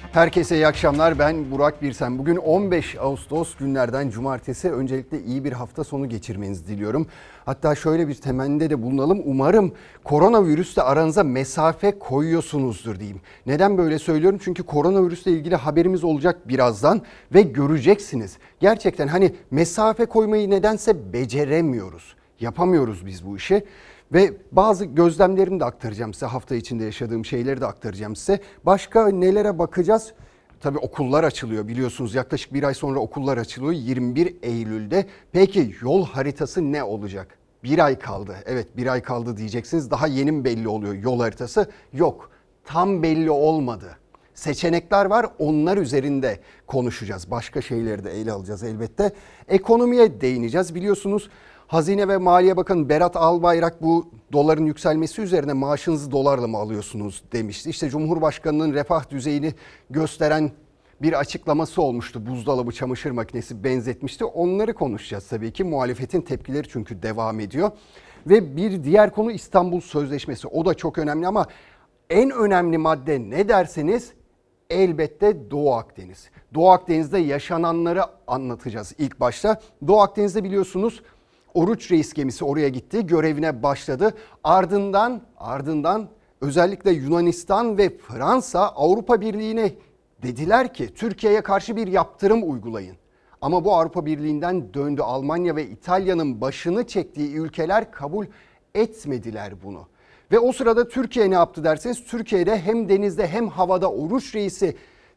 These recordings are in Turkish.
Herkese iyi akşamlar. Ben Burak Birsen. Bugün 15 Ağustos günlerden cumartesi. Öncelikle iyi bir hafta sonu geçirmenizi diliyorum. Hatta şöyle bir temennide de bulunalım. Umarım koronavirüsle aranıza mesafe koyuyorsunuzdur diyeyim. Neden böyle söylüyorum? Çünkü koronavirüsle ilgili haberimiz olacak birazdan ve göreceksiniz. Gerçekten hani mesafe koymayı nedense beceremiyoruz. Yapamıyoruz biz bu işi. Ve bazı gözlemlerimi de aktaracağım size. Hafta içinde yaşadığım şeyleri de aktaracağım size. Başka nelere bakacağız? Tabii okullar açılıyor biliyorsunuz. Yaklaşık bir ay sonra okullar açılıyor 21 Eylül'de. Peki yol haritası ne olacak? Bir ay kaldı. Evet, bir ay kaldı diyeceksiniz. Daha yeni mi belli oluyor yol haritası? Yok, tam belli olmadı. Seçenekler var, onlar üzerinde konuşacağız. Başka şeyleri de ele alacağız elbette. Ekonomiye değineceğiz. Biliyorsunuz Hazine ve Maliye Bakanı Berat Albayrak bu doların yükselmesi üzerine maaşınızı dolarla mı alıyorsunuz demişti. İşte Cumhurbaşkanı'nın refah düzeyini gösteren bir açıklaması olmuştu. Buzdolabı, çamaşır makinesi benzetmişti. Onları konuşacağız tabii ki. Muhalefetin tepkileri çünkü devam ediyor. Ve bir diğer konu İstanbul Sözleşmesi. O da çok önemli ama en önemli madde ne derseniz elbette Doğu Akdeniz. Doğu Akdeniz'de yaşananları anlatacağız ilk başta. Doğu Akdeniz'de biliyorsunuz Oruç Reis gemisi oraya gitti, görevine başladı. Ardından özellikle Yunanistan ve Fransa Avrupa Birliği'ne dediler ki Türkiye'ye karşı bir yaptırım uygulayın. Ama bu Avrupa Birliği'nden döndü. Almanya ve İtalya'nın başını çektiği ülkeler kabul etmediler bunu. Ve o sırada Türkiye ne yaptı derseniz, Türkiye'de hem denizde hem havada Oruç Reis'i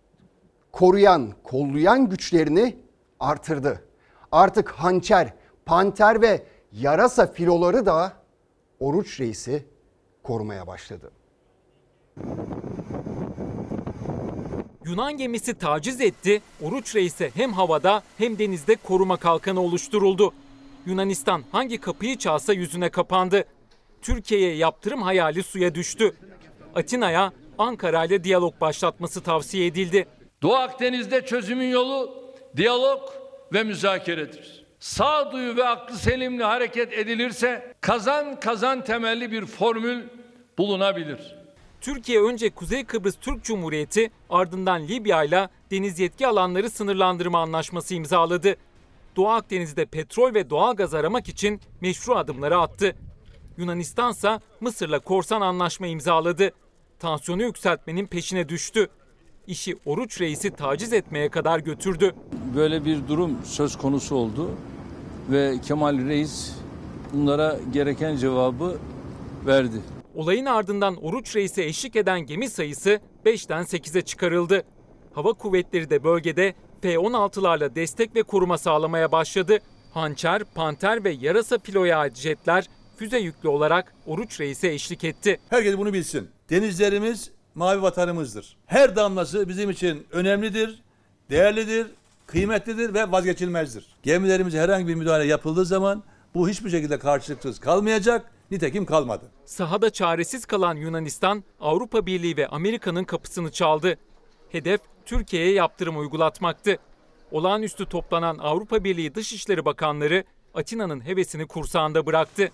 kollayan güçlerini artırdı. Artık hançer, panter ve yarasa filoları da Oruç Reis'i korumaya başladı. Yunan gemisi taciz etti, Oruç Reis'e hem havada hem denizde koruma kalkanı oluşturuldu. Yunanistan hangi kapıyı çalsa yüzüne kapandı. Türkiye'ye yaptırım hayali suya düştü. Atina'ya Ankara ile diyalog başlatması tavsiye edildi. Doğu Akdeniz'de çözümün yolu diyalog ve müzakeredir. Sağduyu ve aklı selimle hareket edilirse kazan kazan temelli bir formül bulunabilir. Türkiye önce Kuzey Kıbrıs Türk Cumhuriyeti, ardından Libya ile deniz yetki alanları sınırlandırma anlaşması imzaladı. Doğu Akdeniz'de petrol ve doğalgaz aramak için meşru adımları attı. Yunanistan ise Mısır'la korsan anlaşma imzaladı. Tansiyonu yükseltmenin peşine düştü. İşi Oruç Reis'i taciz etmeye kadar götürdü. Böyle bir durum söz konusu oldu ve Kemal Reis bunlara gereken cevabı verdi. Olayın ardından Oruç Reis'e eşlik eden gemi sayısı 5'ten 8'e çıkarıldı. Hava kuvvetleri de bölgede F-16'larla destek ve koruma sağlamaya başladı. Hançer, panter ve yarasa filoya ait jetler füze yüklü olarak Oruç Reis'e eşlik etti. Herkes bunu bilsin. Denizlerimiz mavi vatanımızdır. Her damlası bizim için önemlidir, değerlidir, kıymetlidir ve vazgeçilmezdir. Gemilerimize herhangi bir müdahale yapıldığı zaman bu hiçbir şekilde karşılıksız kalmayacak, nitekim kalmadı. Sahada çaresiz kalan Yunanistan, Avrupa Birliği ve Amerika'nın kapısını çaldı. Hedef Türkiye'ye yaptırım uygulatmaktı. Olağanüstü toplanan Avrupa Birliği Dışişleri Bakanları Atina'nın hevesini kursağında bıraktı.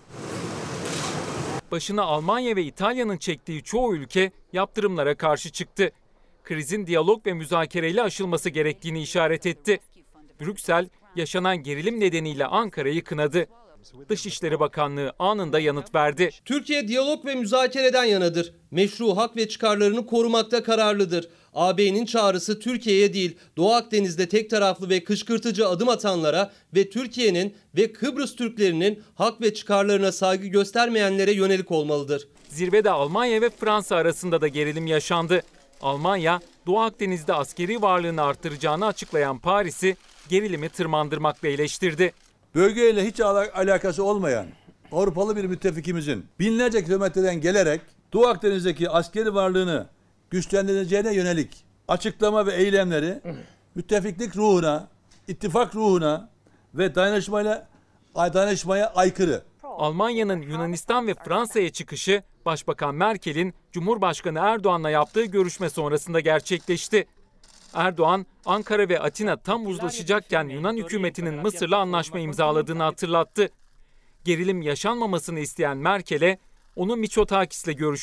Başına Almanya ve İtalya'nın çektiği çoğu ülke yaptırımlara karşı çıktı. Krizin diyalog ve müzakereyle aşılması gerektiğini işaret etti. Brüksel, yaşanan gerilim nedeniyle Ankara'yı kınadı. Dışişleri Bakanlığı anında yanıt verdi. Türkiye diyalog ve müzakereden yanadır. Meşru hak ve çıkarlarını korumakta kararlıdır. AB'nin çağrısı Türkiye'ye değil, Doğu Akdeniz'de tek taraflı ve kışkırtıcı adım atanlara ve Türkiye'nin ve Kıbrıs Türklerinin hak ve çıkarlarına saygı göstermeyenlere yönelik olmalıdır. Zirvede Almanya ve Fransa arasında da gerilim yaşandı. Almanya, Doğu Akdeniz'de askeri varlığını artıracağını açıklayan Paris'i gerilimi tırmandırmakla eleştirdi. Bölgeyle hiç alakası olmayan Avrupalı bir müttefikimizin binlerce kilometreden gelerek Doğu Akdeniz'deki askeri varlığını güçlendireceğine yönelik açıklama ve eylemleri müttefiklik ruhuna, ittifak ruhuna ve dayanışmaya aykırı. Almanya'nın Yunanistan ve Fransa'ya çıkışı Başbakan Merkel'in Cumhurbaşkanı Erdoğan'la yaptığı görüşme sonrasında gerçekleşti. Erdoğan, Ankara ve Atina tam uzlaşacakken Yunan hükümetinin Mısır'la anlaşma imzaladığını hatırlattı. Gerilim yaşanmamasını isteyen Merkel'e onu Mitsotakis'le görüşün,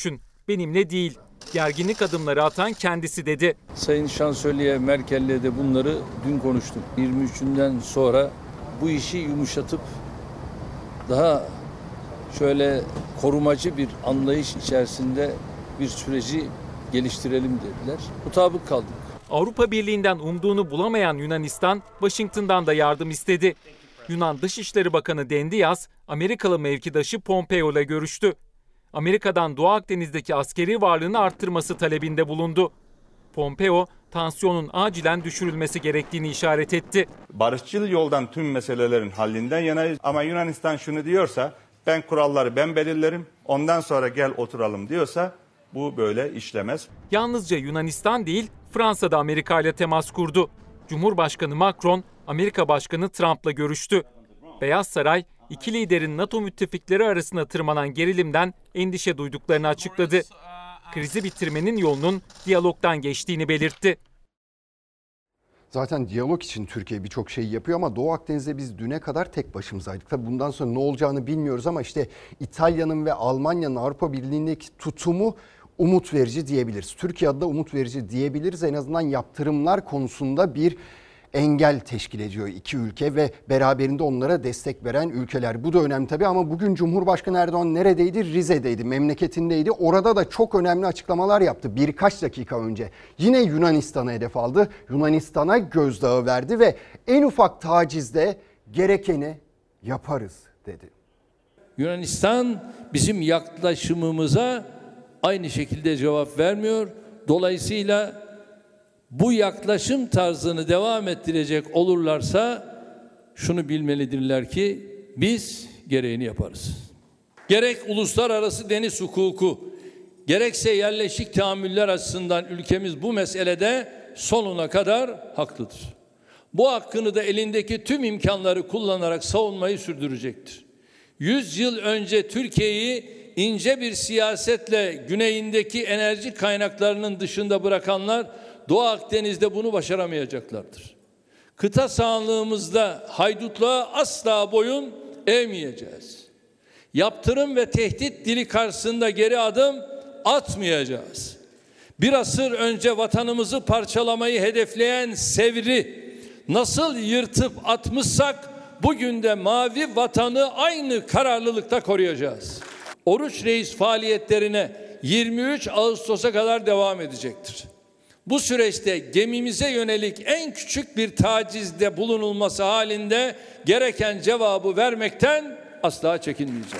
benimle değil. Gerginlik adımları atan kendisi dedi. Sayın Şansölye Merkel'le de bunları dün konuştum. 23'ünden sonra bu işi yumuşatıp daha şöyle korumacı bir anlayış içerisinde bir süreci geliştirelim dediler. Mutabık kaldık. Avrupa Birliği'nden umduğunu bulamayan Yunanistan, Washington'dan da yardım istedi. Yunan Dışişleri Bakanı Dendias, Amerikalı mevkidaşı Pompeo ile görüştü. Amerika'dan Doğu Akdeniz'deki askeri varlığını arttırması talebinde bulundu. Pompeo, tansiyonun acilen düşürülmesi gerektiğini işaret etti. Barışçıl yoldan tüm meselelerin hallinden yanayız. Ama Yunanistan şunu diyorsa, kuralları ben belirlerim, ondan sonra gel oturalım diyorsa bu böyle işlemez. Yalnızca Yunanistan değil, Fransa da Amerika ile temas kurdu. Cumhurbaşkanı Macron, Amerika Başkanı Trump'la görüştü. Beyaz Saray, iki liderin NATO müttefikleri arasında tırmanan gerilimden endişe duyduklarını açıkladı. Krizi bitirmenin yolunun diyalogdan geçtiğini belirtti. Zaten diyalog için Türkiye birçok şey yapıyor ama Doğu Akdeniz'de biz düne kadar tek başımızaydık. Tabii bundan sonra ne olacağını bilmiyoruz ama işte İtalya'nın ve Almanya'nın Avrupa Birliği'ndeki tutumu umut verici diyebiliriz. Türkiye adına umut verici diyebiliriz. En azından yaptırımlar konusunda bir engel teşkil ediyor iki ülke ve beraberinde onlara destek veren ülkeler. Bu da önemli tabii ama bugün Cumhurbaşkanı Erdoğan neredeydi? Rize'deydi, memleketindeydi. Orada da çok önemli açıklamalar yaptı birkaç dakika önce. Yine Yunanistan'a hedef aldı. Yunanistan'a gözdağı verdi ve en ufak tacizde gerekeni yaparız dedi. Yunanistan bizim yaklaşımımıza aynı şekilde cevap vermiyor. Dolayısıyla bu yaklaşım tarzını devam ettirecek olurlarsa şunu bilmelidirler ki biz gereğini yaparız. Gerek uluslararası deniz hukuku, gerekse yerleşik tahammüller açısından ülkemiz bu meselede sonuna kadar haklıdır. Bu hakkını da elindeki tüm imkanları kullanarak savunmayı sürdürecektir. 100 yıl önce Türkiye'yi ince bir siyasetle güneyindeki enerji kaynaklarının dışında bırakanlar Doğu Akdeniz'de bunu başaramayacaklardır. Kıta sahanlığımızda haydutluğa asla boyun eğmeyeceğiz. Yaptırım ve tehdit dili karşısında geri adım atmayacağız. Bir asır önce vatanımızı parçalamayı hedefleyen Sevr'i nasıl yırtıp atmışsak bugün de mavi vatanı aynı kararlılıkta koruyacağız. Oruç Reis faaliyetlerine 23 Ağustos'a kadar devam edecektir. Bu süreçte gemimize yönelik en küçük bir tacizde bulunulması halinde gereken cevabı vermekten asla çekinmeyeceğiz.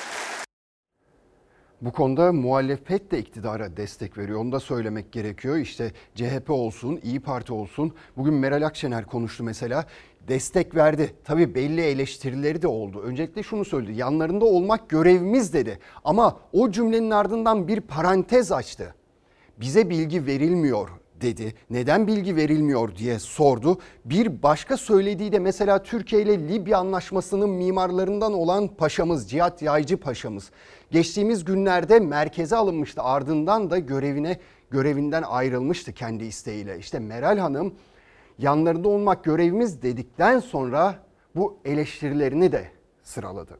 Bu konuda muhalefet de iktidara destek veriyor. Onu da söylemek gerekiyor. İşte CHP olsun, İYİ Parti olsun. Bugün Meral Akşener konuştu mesela. Destek verdi. Tabii belli eleştirileri de oldu. Öncelikle şunu söyledi. Yanlarında olmak görevimiz dedi. Ama o cümlenin ardından bir parantez açtı. Bize bilgi verilmiyor dedi. Neden bilgi verilmiyor diye sordu. Bir başka söylediği de mesela Türkiye ile Libya anlaşmasının mimarlarından olan paşamız Cihat Yaycı paşamız. Geçtiğimiz günlerde merkeze alınmıştı. Ardından da görevinden ayrılmıştı kendi isteğiyle. İşte Meral Hanım yanlarında olmak görevimiz dedikten sonra bu eleştirilerini de sıraladı.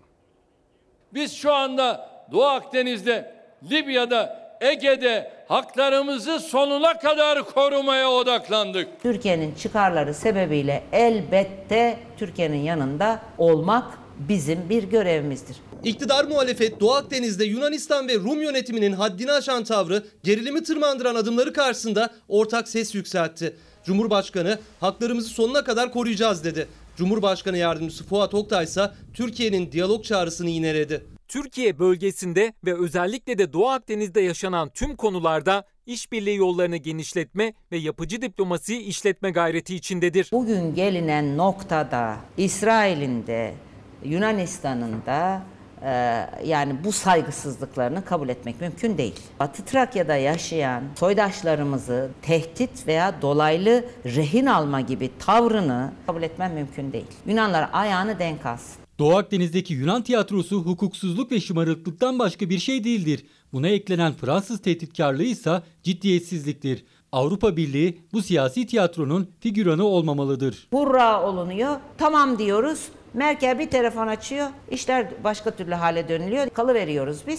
Biz şu anda Doğu Akdeniz'de, Libya'da, Ege'de haklarımızı sonuna kadar korumaya odaklandık. Türkiye'nin çıkarları sebebiyle elbette Türkiye'nin yanında olmak bizim bir görevimizdir. İktidar muhalefet Doğu Akdeniz'de Yunanistan ve Rum yönetiminin haddini aşan tavrı, gerilimi tırmandıran adımları karşısında ortak ses yükseltti. Cumhurbaşkanı haklarımızı sonuna kadar koruyacağız dedi. Cumhurbaşkanı Yardımcısı Fuat Oktay ise Türkiye'nin diyalog çağrısını yineledi. Türkiye bölgesinde ve özellikle de Doğu Akdeniz'de yaşanan tüm konularda işbirliği yollarını genişletme ve yapıcı diplomasiyi işletme gayreti içindedir. Bugün gelinen noktada İsrail'in de Yunanistan'ın da yani bu saygısızlıklarını kabul etmek mümkün değil. Batı Trakya'da yaşayan soydaşlarımızı tehdit veya dolaylı rehin alma gibi tavrını kabul etmem mümkün değil. Yunanlar ayağını denk alsın. Doğu Akdeniz'deki Yunan tiyatrosu hukuksuzluk ve şımarıklıktan başka bir şey değildir. Buna eklenen Fransız tehditkarlığı ise ciddiyetsizliktir. Avrupa Birliği bu siyasi tiyatronun figüranı olmamalıdır. Hurra olunuyor, tamam diyoruz. Merkel bir telefon açıyor, işler başka türlü hale dönülüyor. Kalıveriyoruz biz.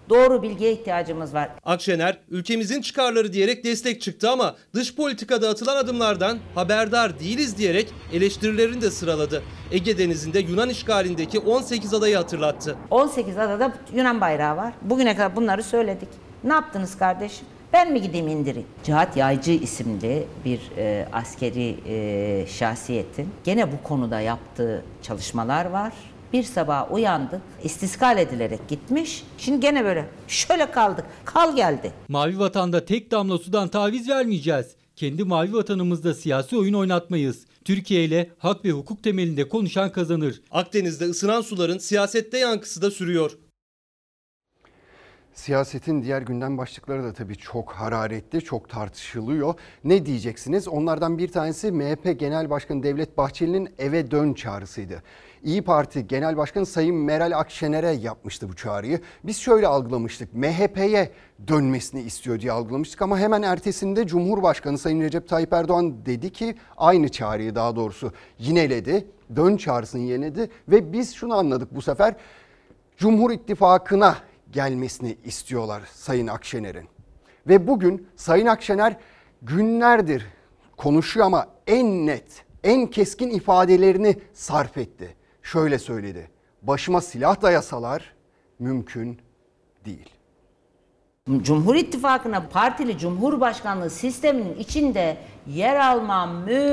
Doğru bilgiye ihtiyacımız var. Akşener ülkemizin çıkarları diyerek destek çıktı ama dış politikada atılan adımlardan haberdar değiliz diyerek eleştirilerini de sıraladı. Ege Denizi'nde Yunan işgalindeki 18 adayı hatırlattı. 18 adada Yunan bayrağı var. Bugüne kadar bunları söyledik. Ne yaptınız kardeşim? Ben mi gideyim indireyim? Cihat Yaycı isimli bir askeri şahsiyetin gene bu konuda yaptığı çalışmalar var. Bir sabah uyandık, istiskal edilerek gitmiş. Şimdi gene böyle şöyle kaldık, kal geldi. Mavi Vatan'da tek damla sudan taviz vermeyeceğiz. Kendi mavi vatanımızda siyasi oyun oynatmayız. Türkiye ile hak ve hukuk temelinde konuşan kazanır. Akdeniz'de ısınan suların siyasette yankısı da sürüyor. Siyasetin diğer gündem başlıkları da tabii çok hararetli, çok tartışılıyor. Ne diyeceksiniz? Onlardan bir tanesi MHP Genel Başkanı Devlet Bahçeli'nin eve dön çağrısıydı. İYİ Parti Genel Başkanı Sayın Meral Akşener'e yapmıştı bu çağrıyı. Biz şöyle algılamıştık, MHP'ye dönmesini istiyor diye algılamıştık ama hemen ertesinde Cumhurbaşkanı Sayın Recep Tayyip Erdoğan dedi ki aynı çağrıyı daha doğrusu yineledi, dön çağrısını yeniledi ve biz şunu anladık bu sefer, Cumhur İttifakı'na gelmesini istiyorlar Sayın Akşener'in. Ve bugün Sayın Akşener günlerdir konuşuyor ama en net, en keskin ifadelerini sarf etti. Şöyle söyledi: başıma silah dayasalar mümkün değil. Cumhur İttifakı'na partili cumhurbaşkanlığı sisteminin içinde yer almam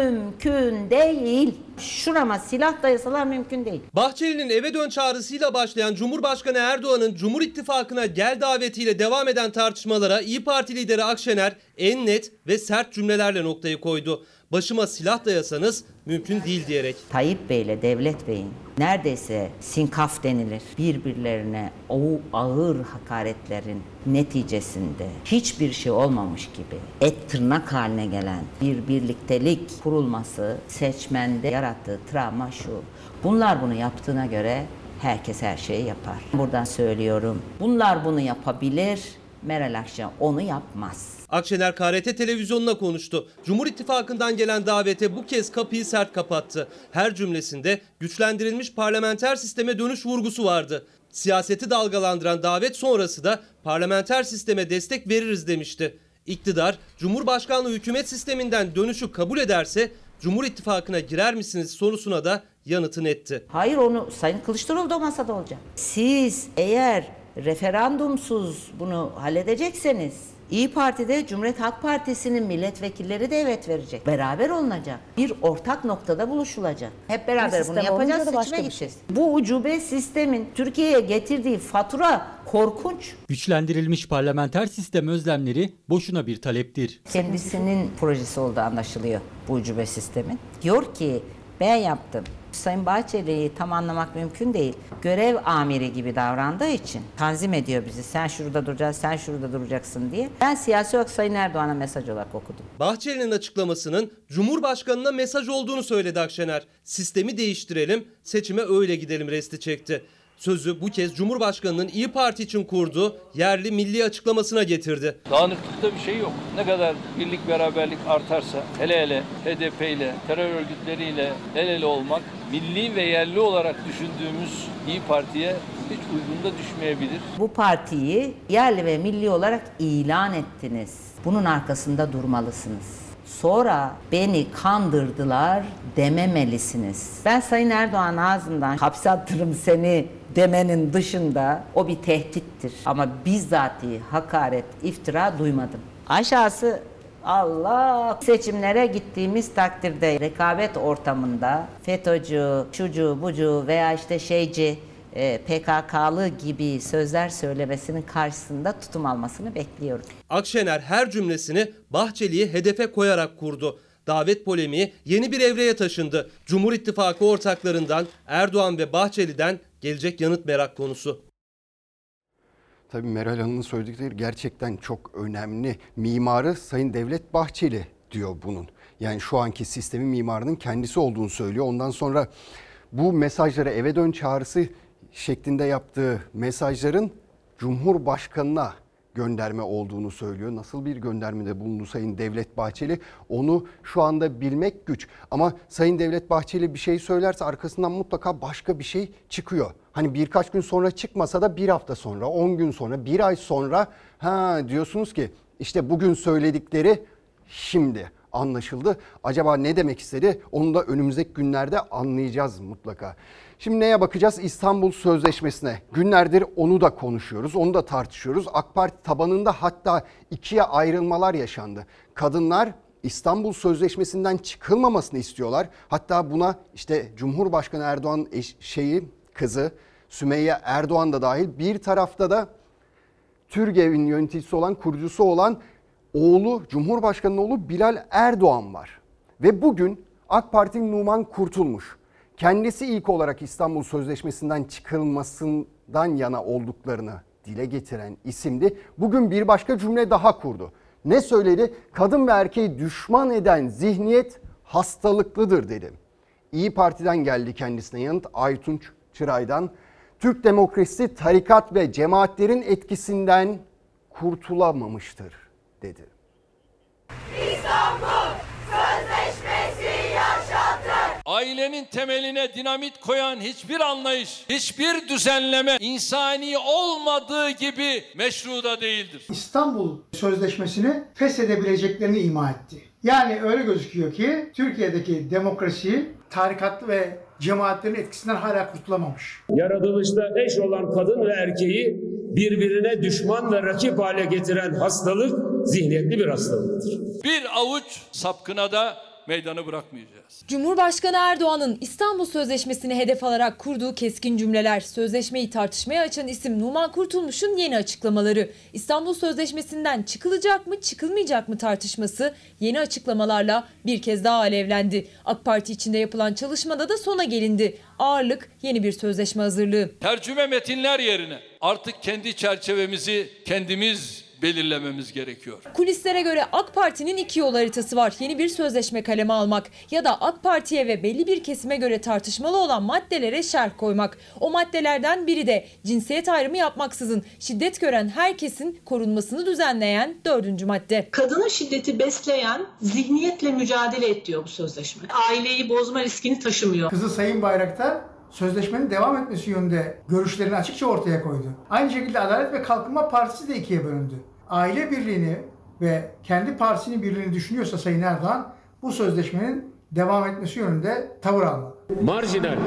mümkün değil. Şurama silah dayasalar mümkün değil. Bahçeli'nin eve dön çağrısıyla başlayan Cumhurbaşkanı Erdoğan'ın Cumhur İttifakı'na gel davetiyle devam eden tartışmalara İYİ Parti lideri Akşener en net ve sert cümlelerle noktayı koydu. Başıma silah dayasanız mümkün değil diyerek. Tayyip Bey ile Devlet Bey'in neredeyse sinkaf denilir birbirlerine o ağır hakaretlerin neticesinde hiçbir şey olmamış gibi et tırnak haline gelen bir birliktelik kurulması seçmende yarattığı travma şu: bunlar bunu yaptığına göre herkes her şeyi yapar. Buradan söylüyorum, bunlar bunu yapabilir, Meral Akşener onu yapmaz. Akşener KRT televizyonuna konuştu. Cumhur İttifakı'ndan gelen davete bu kez kapıyı sert kapattı. Her cümlesinde güçlendirilmiş parlamenter sisteme dönüş vurgusu vardı. Siyaseti dalgalandıran davet sonrası da parlamenter sisteme destek veririz demişti. İktidar, Cumhurbaşkanlığı hükümet sisteminden dönüşü kabul ederse Cumhur İttifakı'na girer misiniz sorusuna da yanıtı netti. Hayır, onu Sayın Kılıçdaroğlu da masada olacak. Siz eğer referandumsuz bunu halledecekseniz İYİ Parti'de Cumhuriyet Halk Partisi'nin milletvekilleri de evet verecek. Beraber olunacak. Bir ortak noktada buluşulacak. Hep beraber bunu yapacağız, seçime gideceğiz. Bu ucube sistemin Türkiye'ye getirdiği fatura korkunç. Güçlendirilmiş parlamenter sistem özlemleri boşuna bir taleptir. Kendisinin projesi olduğu anlaşılıyor bu ucube sistemin. Diyor ki ben yaptım. Sayın Bahçeli'yi tam anlamak mümkün değil. Görev amiri gibi davrandığı için tanzim ediyor bizi. Sen şurada duracaksın, sen şurada duracaksın diye. Ben siyasi olarak Sayın Erdoğan'a mesaj olarak okudum. Bahçeli'nin açıklamasının Cumhurbaşkanı'na mesaj olduğunu söyledi Akşener. Sistemi değiştirelim, seçime öyle gidelim resti çekti. Sözü bu kez Cumhurbaşkanı'nın İYİ Parti için kurduğu yerli milli açıklamasına getirdi. Dağınıklıkta bir şey yok. Ne kadar birlik beraberlik artarsa hele hele HDP ile terör örgütleriyle el ele olmak milli ve yerli olarak düşündüğümüz İYİ Parti'ye hiç uygun da düşmeyebilir. Bu partiyi yerli ve milli olarak ilan ettiniz. Bunun arkasında durmalısınız. Sonra beni kandırdılar dememelisiniz. Ben Sayın Erdoğan ağzından hapse attırırım seni demenin dışında o bir tehdittir. Ama bizzati hakaret, iftira duymadım. Aşağısı Allah, seçimlere gittiğimiz takdirde rekabet ortamında FETÖ'cü, şucu, bucu veya işte şeyci, PKK'lı gibi sözler söylemesinin karşısında tutum almasını bekliyorum. Akşener her cümlesini Bahçeli'yi hedefe koyarak kurdu. Davet polemiği yeni bir evreye taşındı. Cumhur İttifakı ortaklarından Erdoğan ve Bahçeli'den gelecek yanıt merak konusu. Tabii Meral Hanım'ın söyledikleri gerçekten çok önemli. Mimarı Sayın Devlet Bahçeli diyor bunun. Yani şu anki sistemin mimarının kendisi olduğunu söylüyor. Ondan sonra bu mesajları eve dön çağrısı şeklinde yaptığı mesajların Cumhurbaşkanı'na gönderme olduğunu söylüyor. Nasıl bir göndermede bulundu Sayın Devlet Bahçeli onu şu anda bilmek güç. Ama Sayın Devlet Bahçeli bir şey söylerse arkasından mutlaka başka bir şey çıkıyor. Hani birkaç gün sonra çıkmasa da bir hafta sonra, 10 gün sonra, bir ay sonra diyorsunuz ki işte bugün söyledikleri şimdi anlaşıldı. Acaba ne demek istedi? Onu da önümüzdeki günlerde anlayacağız mutlaka. Şimdi neye bakacağız? İstanbul Sözleşmesi'ne. Günlerdir onu da konuşuyoruz, onu da tartışıyoruz. AK Parti tabanında hatta ikiye ayrılmalar yaşandı. Kadınlar İstanbul Sözleşmesi'nden çıkılmamasını istiyorlar. Hatta buna işte Cumhurbaşkanı Erdoğan kızı Sümeyye Erdoğan da dahil, bir tarafta da TÜRGEV'in yöneticisi olan, kurucusu olan oğlu, Cumhurbaşkanı'nın oğlu Bilal Erdoğan var. Ve bugün AK Parti'nin Numan Kurtulmuş, kendisi ilk olarak İstanbul Sözleşmesi'nden çıkılmasından yana olduklarını dile getiren isimdi. Bugün bir başka cümle daha kurdu. Ne söyledi? Kadın ve erkeği düşman eden zihniyet hastalıklıdır dedi. İyi Parti'den geldi kendisine yanıt, Aytunç Çıray'dan. Türk demokrasisi tarikat ve cemaatlerin etkisinden kurtulamamıştır dedi. İstanbul Sözleşmesi yaşatır. Ailenin temeline dinamit koyan hiçbir anlayış, hiçbir düzenleme insani olmadığı gibi meşru da değildir. İstanbul Sözleşmesi'ni feshedebileceklerini ima etti. Yani öyle gözüküyor ki Türkiye'deki demokrasi tarikatlı ve cemaatlerin etkisinden hala kurtulamamış. Yaratılışta eş olan kadın ve erkeği birbirine düşman ve rakip hale getiren hastalık zihniyetli bir hastalıktır. Bir avuç sapkına da meydanı bırakmayacağız. Cumhurbaşkanı Erdoğan'ın İstanbul Sözleşmesi'ni hedef alarak kurduğu keskin cümleler, sözleşmeyi tartışmaya açan isim Numan Kurtulmuş'un yeni açıklamaları, İstanbul Sözleşmesi'nden çıkılacak mı çıkılmayacak mı tartışması yeni açıklamalarla bir kez daha alevlendi. AK Parti içinde yapılan çalışmada da sona gelindi. Ağırlık yeni bir sözleşme hazırlığı. Tercüme metinler yerine artık kendi çerçevemizi kendimiz belirlememiz gerekiyor. Kulislere göre AK Parti'nin iki yol haritası var. Yeni bir sözleşme kaleme almak ya da AK Parti'ye ve belli bir kesime göre tartışmalı olan maddelere şerh koymak. O maddelerden biri de cinsiyet ayrımı yapmaksızın şiddet gören herkesin korunmasını düzenleyen 4. madde. Kadına şiddeti besleyen zihniyetle mücadele et diyor bu sözleşme. Aileyi bozma riskini taşımıyor. Kızı Sayın Bayraktar sözleşmenin devam etmesi yönünde görüşlerini açıkça ortaya koydu. Aynı şekilde Adalet ve Kalkınma Partisi de ikiye bölündü. Aile birliğini ve kendi partisinin birliğini düşünüyorsa Sayın Erdoğan bu sözleşmenin devam etmesi yönünde tavır almalı. Marjinal,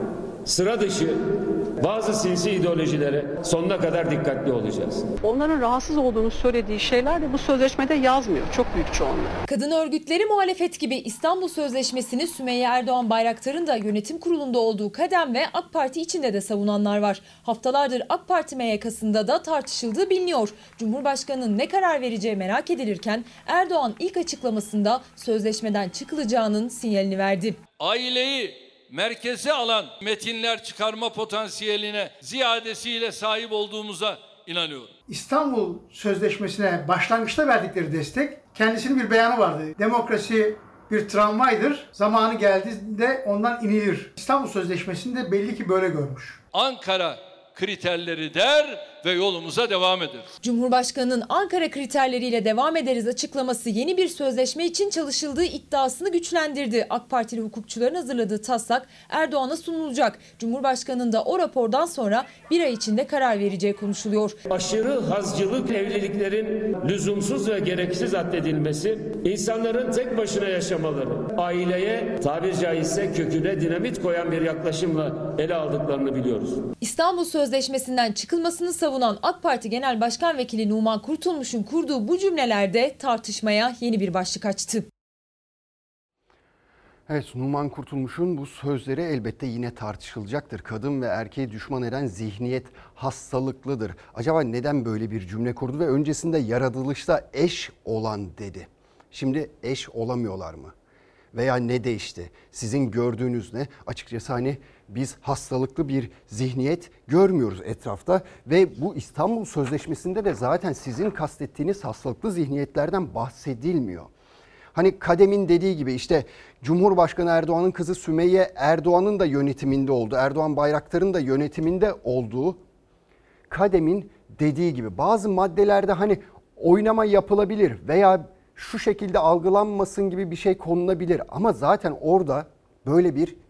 sıra dışı bazı sinsi ideolojilere sonuna kadar dikkatli olacağız. Onların rahatsız olduğunu söylediği şeyler de bu sözleşmede yazmıyor. Çok büyük çoğunluğu. Kadın örgütleri muhalefet gibi İstanbul Sözleşmesi'ni Sümeyye Erdoğan Bayraktar'ın da yönetim kurulunda olduğu kadem ve AK Parti içinde de savunanlar var. Haftalardır AK Parti MYK'sında da tartışıldığı biliniyor. Cumhurbaşkanının ne karar vereceği merak edilirken Erdoğan ilk açıklamasında sözleşmeden çıkılacağının sinyalini verdi. Aileyi merkeze alan metinler çıkarma potansiyeline ziyadesiyle sahip olduğumuza inanıyorum. İstanbul Sözleşmesi'ne başlangıçta verdikleri destek, kendisinin bir beyanı vardı. Demokrasi bir tramvaydır, zamanı geldiğinde ondan inilir. İstanbul Sözleşmesi'ni de belli ki böyle görmüş. Ankara kriterleri der ve yolumuza devam ederiz. Cumhurbaşkanının Ankara kriterleriyle devam ederiz açıklaması yeni bir sözleşme için çalışıldığı iddiasını güçlendirdi. AK Partili hukukçuların hazırladığı taslak Erdoğan'a sunulacak. Cumhurbaşkanının da o rapordan sonra bir ay içinde karar vereceği konuşuluyor. Aşırı hazcılık evliliklerin lüzumsuz ve gereksiz addedilmesi, insanların tek başına yaşamaları, aileye tabir caizse köküne dinamit koyan bir yaklaşımla ele aldıklarını biliyoruz. İstanbul Sözleşmesi'nden çıkılmasını savunan AK Parti Genel Başkan Vekili Numan Kurtulmuş'un kurduğu bu cümlelerde tartışmaya yeni bir başlık açtı. Evet, Numan Kurtulmuş'un bu sözleri elbette yine tartışılacaktır. Kadın ve erkeği düşman eden zihniyet hastalıklıdır. Acaba neden böyle bir cümle kurdu ve öncesinde yaratılışta eş olan dedi. Şimdi eş olamıyorlar mı? Veya ne değişti? Sizin gördüğünüz ne? Açıkçası hani biz hastalıklı bir zihniyet görmüyoruz etrafta ve bu İstanbul Sözleşmesi'nde de zaten sizin kastettiğiniz hastalıklı zihniyetlerden bahsedilmiyor. Hani Kadem'in dediği gibi işte Cumhurbaşkanı Erdoğan'ın kızı Sümeyye Erdoğan'ın da yönetiminde olduğu, Erdoğan Bayraktar'ın da yönetiminde olduğu Kadem'in dediği gibi bazı maddelerde hani oynama yapılabilir veya şu şekilde algılanmasın gibi bir şey konulabilir. Ama zaten orada böyle bir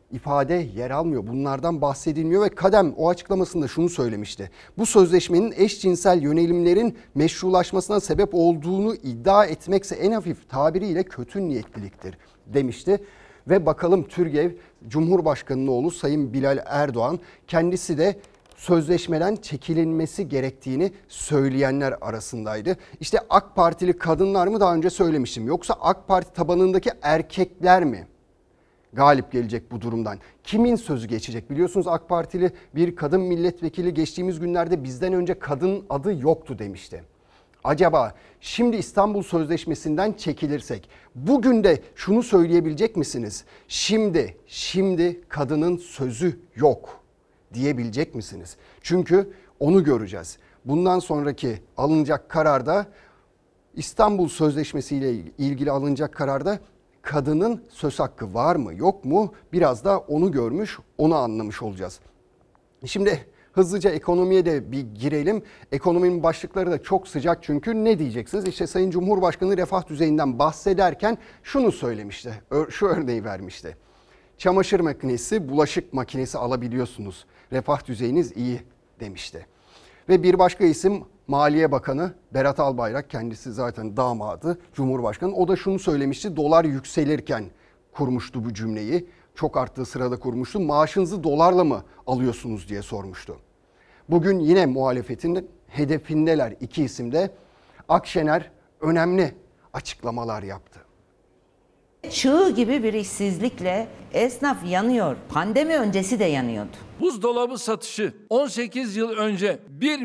ifade yer almıyor. Bunlardan bahsedilmiyor ve Kadem o açıklamasında şunu söylemişti. Bu sözleşmenin eşcinsel yönelimlerin meşrulaşmasına sebep olduğunu iddia etmekse en hafif tabiriyle kötü niyetliliktir demişti. Ve bakalım TÜRGEV Cumhurbaşkanı'nın oğlu Sayın Bilal Erdoğan kendisi de sözleşmeden çekilinmesi gerektiğini söyleyenler arasındaydı. İşte AK Partili kadınlar mı, daha önce söylemiştim, yoksa AK Parti tabanındaki erkekler mi galip gelecek bu durumdan? Kimin sözü geçecek? Biliyorsunuz AK Partili bir kadın milletvekili geçtiğimiz günlerde bizden önce kadın adı yoktu demişti. Acaba şimdi İstanbul Sözleşmesi'nden çekilirsek bugün de şunu söyleyebilecek misiniz? Şimdi kadının sözü yok diyebilecek misiniz? Çünkü onu göreceğiz. Bundan sonraki alınacak kararda, İstanbul Sözleşmesi ile ilgili alınacak kararda kadının söz hakkı var mı yok mu? Biraz da onu görmüş, onu anlamış olacağız. Şimdi hızlıca ekonomiye de bir girelim. Ekonominin başlıkları da çok sıcak çünkü ne diyeceksiniz? İşte Sayın Cumhurbaşkanı refah düzeyinden bahsederken şunu söylemişti. Şu örneği vermişti. Çamaşır makinesi, bulaşık makinesi alabiliyorsunuz. Refah düzeyiniz iyi demişti. Ve bir başka isim Maliye Bakanı Berat Albayrak, kendisi zaten damadı Cumhurbaşkanı. O da şunu söylemişti. Dolar yükselirken kurmuştu bu cümleyi. Çok arttığı sırada kurmuştu. Maaşınızı dolarla mı alıyorsunuz diye sormuştu. Bugün yine muhalefetin hedefindeler iki isim de. Akşener önemli açıklamalar yaptı. Çığ gibi bir işsizlikle esnaf yanıyor. Pandemi öncesi de yanıyordu. Buzdolabı satışı 18 yıl önce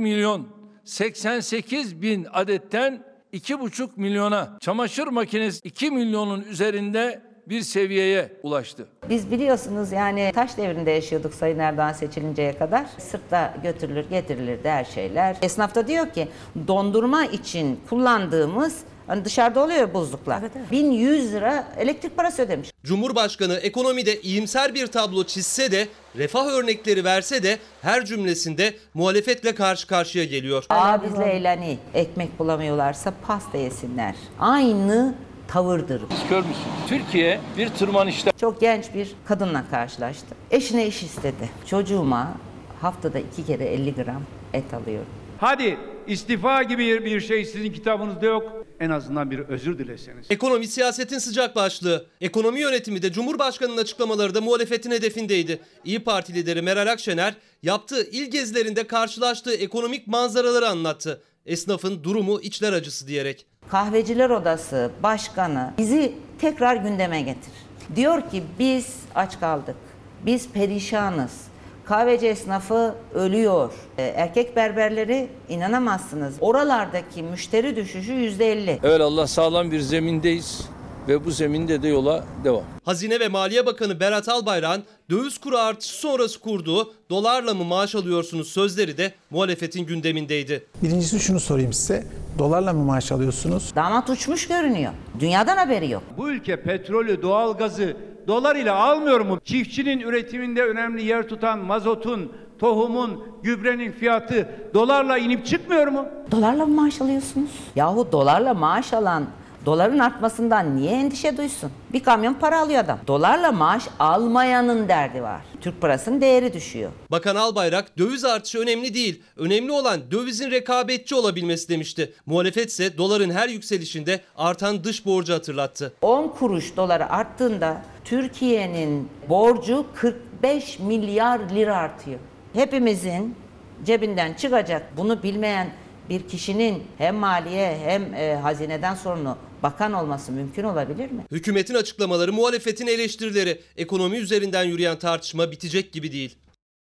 1.088.000 adetten 2,5 milyona, çamaşır makinesi 2 milyonun üzerinde bir seviyeye ulaştı. Biz biliyorsunuz yani taş devrinde yaşıyorduk Sayın Erdoğan seçilinceye kadar. Sırtta götürülür getirilirdi her şeyler. Esnaf da diyor ki dondurma için kullandığımız, hani dışarıda oluyor ya buzluklar. Evet, evet. 1100 lira elektrik parası ödemiş. Cumhurbaşkanı ekonomide iyimser bir tablo çizse de, refah örnekleri verse de her cümlesinde muhalefetle karşı karşıya geliyor. Bizle eğleni, ekmek bulamıyorlarsa pasta yesinler. Aynı tavırdır. Siz görmüşsünüz. Türkiye bir tırmanışta. Çok genç bir kadınla karşılaştı. Eşine iş istedi. Çocuğuma haftada 2 kere 50 gram et alıyorum. Hadi istifa gibi bir şey sizin kitabınızda yok. En azından bir özür dileseniz. Ekonomi siyasetin sıcak başlığı. Ekonomi yönetimi de Cumhurbaşkanı'nın açıklamaları da muhalefetin hedefindeydi. İYİ Parti lideri Meral Akşener yaptığı il gezilerinde karşılaştığı ekonomik manzaraları anlattı. Esnafın durumu içler acısı diyerek. Kahveciler Odası Başkanı bizi tekrar gündeme getirir. Diyor ki biz aç kaldık, biz perişanız. Kahveci esnafı ölüyor. Erkek berberleri inanamazsınız. Oralardaki müşteri düşüşü %50. Evet, Allah sağlam bir zemindeyiz ve bu zeminde de yola devam. Hazine ve Maliye Bakanı Berat Albayrak'ın döviz kuru artışı sonrası kurduğu dolarla mı maaş alıyorsunuz sözleri de muhalefetin gündemindeydi. Birincisi şunu sorayım size. Dolarla mı maaş alıyorsunuz? Damat uçmuş görünüyor. Dünyadan haberi yok. Bu ülke petrolü, doğalgazı dolar ile almıyor mu? Çiftçinin üretiminde önemli yer tutan mazotun, tohumun, gübrenin fiyatı dolarla inip çıkmıyor mu? Dolarla mı maaş alıyorsunuz? Yahu dolarla maaş alan doların artmasından niye endişe duysun? Bir kamyon para alıyor adam. Dolarla maaş almayanın derdi var. Türk parasının değeri düşüyor. Bakan Albayrak döviz artışı önemli değil. Önemli olan dövizin rekabetçi olabilmesi demişti. Muhalefet ise doların her yükselişinde artan dış borcu hatırlattı. 10 kuruş doları arttığında Türkiye'nin borcu 45 milyar lira artıyor. Hepimizin cebinden çıkacak, bunu bilmeyen bir kişinin hem maliye hem hazineden sorumlu bakan olması mümkün olabilir mi? Hükümetin açıklamaları, muhalefetin eleştirileri, ekonomi üzerinden yürüyen tartışma bitecek gibi değil.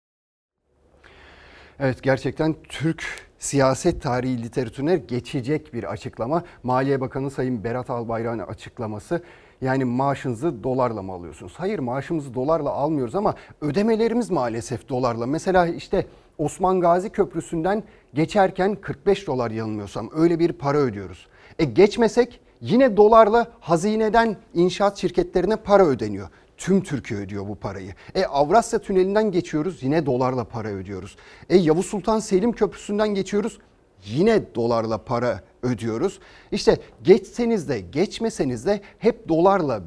Evet, gerçekten Türk siyaset tarihi literatürüne geçecek bir açıklama. Maliye Bakanı Sayın Berat Albayrak'ın açıklaması. Yani maaşınızı dolarla mı alıyorsunuz? Hayır, maaşımızı dolarla almıyoruz ama ödemelerimiz maalesef dolarla. Mesela işte Osman Gazi Köprüsü'nden geçerken 45 dolar yanılmıyorsam öyle bir para ödüyoruz. Geçmesek yine dolarla hazineden inşaat şirketlerine para ödeniyor. Tüm Türkiye ödüyor bu parayı. Avrasya Tüneli'nden geçiyoruz, yine dolarla para ödüyoruz. Yavuz Sultan Selim Köprüsü'nden geçiyoruz, yine dolarla para ödüyoruz. İşte geçseniz de geçmeseniz de hep dolarla bir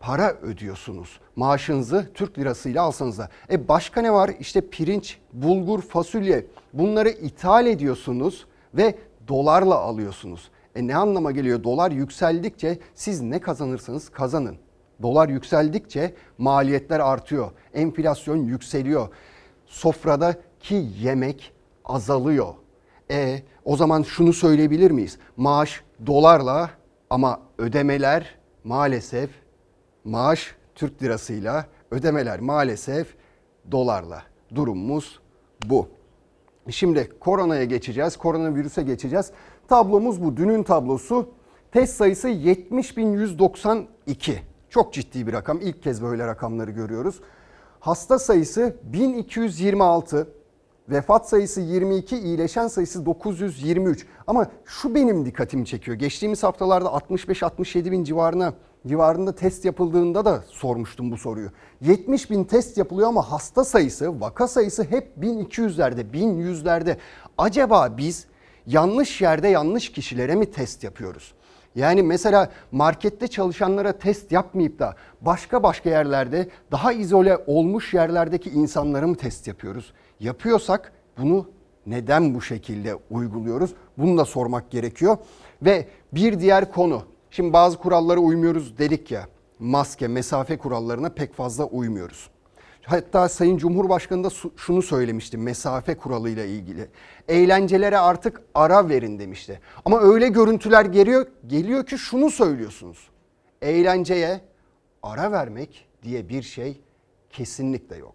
para ödüyorsunuz. Maaşınızı Türk lirasıyla alsanız da. Başka ne var? İşte pirinç, bulgur, fasulye, bunları ithal ediyorsunuz ve dolarla alıyorsunuz. Ne anlama geliyor? Dolar yükseldikçe siz ne kazanırsanız kazanın. Dolar yükseldikçe maliyetler artıyor. Enflasyon yükseliyor. Sofradaki yemek azalıyor. O zaman şunu söyleyebilir miyiz? Maaş dolarla ama ödemeler maalesef, maaş Türk lirasıyla, ödemeler maalesef dolarla. Durumumuz bu. Şimdi koronaya geçeceğiz, koronavirüse geçeceğiz. Tablomuz bu. Dünün tablosu. Test sayısı 70.192. Çok ciddi bir rakam. İlk kez böyle rakamları görüyoruz. Hasta sayısı 1226. Vefat sayısı 22, iyileşen sayısı 923. Ama şu benim dikkatimi çekiyor. Geçtiğimiz haftalarda 65-67 bin civarında test yapıldığında da sormuştum bu soruyu. 70 bin test yapılıyor ama hasta sayısı, vaka sayısı hep 1200'lerde, 1100'lerde. Acaba biz yanlış yerde yanlış kişilere mi test yapıyoruz? Yani mesela markette çalışanlara test yapmayıp da başka yerlerde, daha izole olmuş yerlerdeki insanlara mı test yapıyoruz? Yapıyorsak bunu neden bu şekilde uyguluyoruz? Bunu da sormak gerekiyor. Ve bir diğer konu. Şimdi bazı kurallara uymuyoruz dedik ya. Maske, mesafe kurallarına pek fazla uymuyoruz. Hatta Sayın Cumhurbaşkanı da şunu söylemişti mesafe kuralıyla ilgili. Eğlencelere artık ara verin demişti. Ama öyle görüntüler geliyor ki şunu söylüyorsunuz. Eğlenceye ara vermek diye bir şey kesinlikle yok.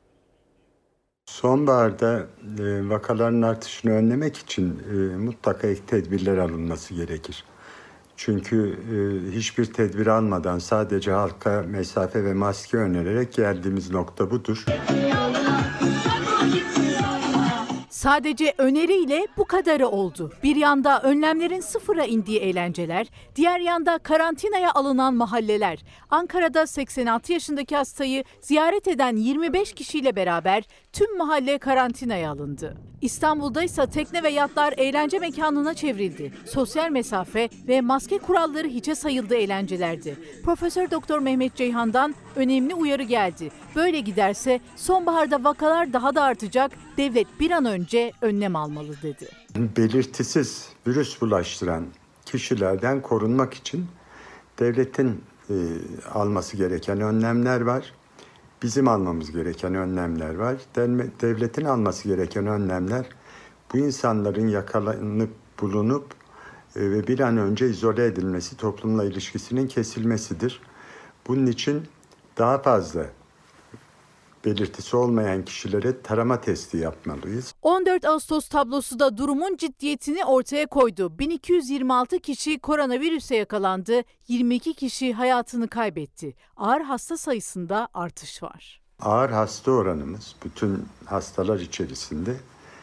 Sonbaharda vakaların artışını önlemek için mutlaka ek tedbirler alınması gerekir. Çünkü hiçbir tedbir almadan sadece halka mesafe ve maske önererek geldiğimiz nokta budur. Sadece öneriyle bu kadarı oldu. Bir yanda önlemlerin sıfıra indiği eğlenceler, diğer yanda karantinaya alınan mahalleler. Ankara'da 86 yaşındaki hastayı ziyaret eden 25 kişiyle beraber tüm mahalle karantinaya alındı. İstanbul'da ise tekne ve yatlar eğlence mekanına çevrildi. Sosyal mesafe ve maske kuralları hiçe sayıldı eğlencelerdi. Profesör Doktor Mehmet Ceyhan'dan önemli uyarı geldi. Böyle giderse sonbaharda vakalar daha da artacak, devlet bir an önce önlem almalı dedi. Belirtisiz virüs bulaştıran kişilerden korunmak için devletin alması gereken önlemler var. Bizim almamız gereken önlemler var. Devletin alması gereken önlemler bu insanların yakalanıp bulunup ve bir an önce izole edilmesi, toplumla ilişkisinin kesilmesidir. Bunun için daha fazla belirtisi olmayan kişilere tarama testi yapmalıyız. 14 Ağustos tablosu da durumun ciddiyetini ortaya koydu. 1226 kişi koronavirüse yakalandı, 22 kişi hayatını kaybetti. Ağır hasta sayısında artış var. Ağır hasta oranımız bütün hastalar içerisinde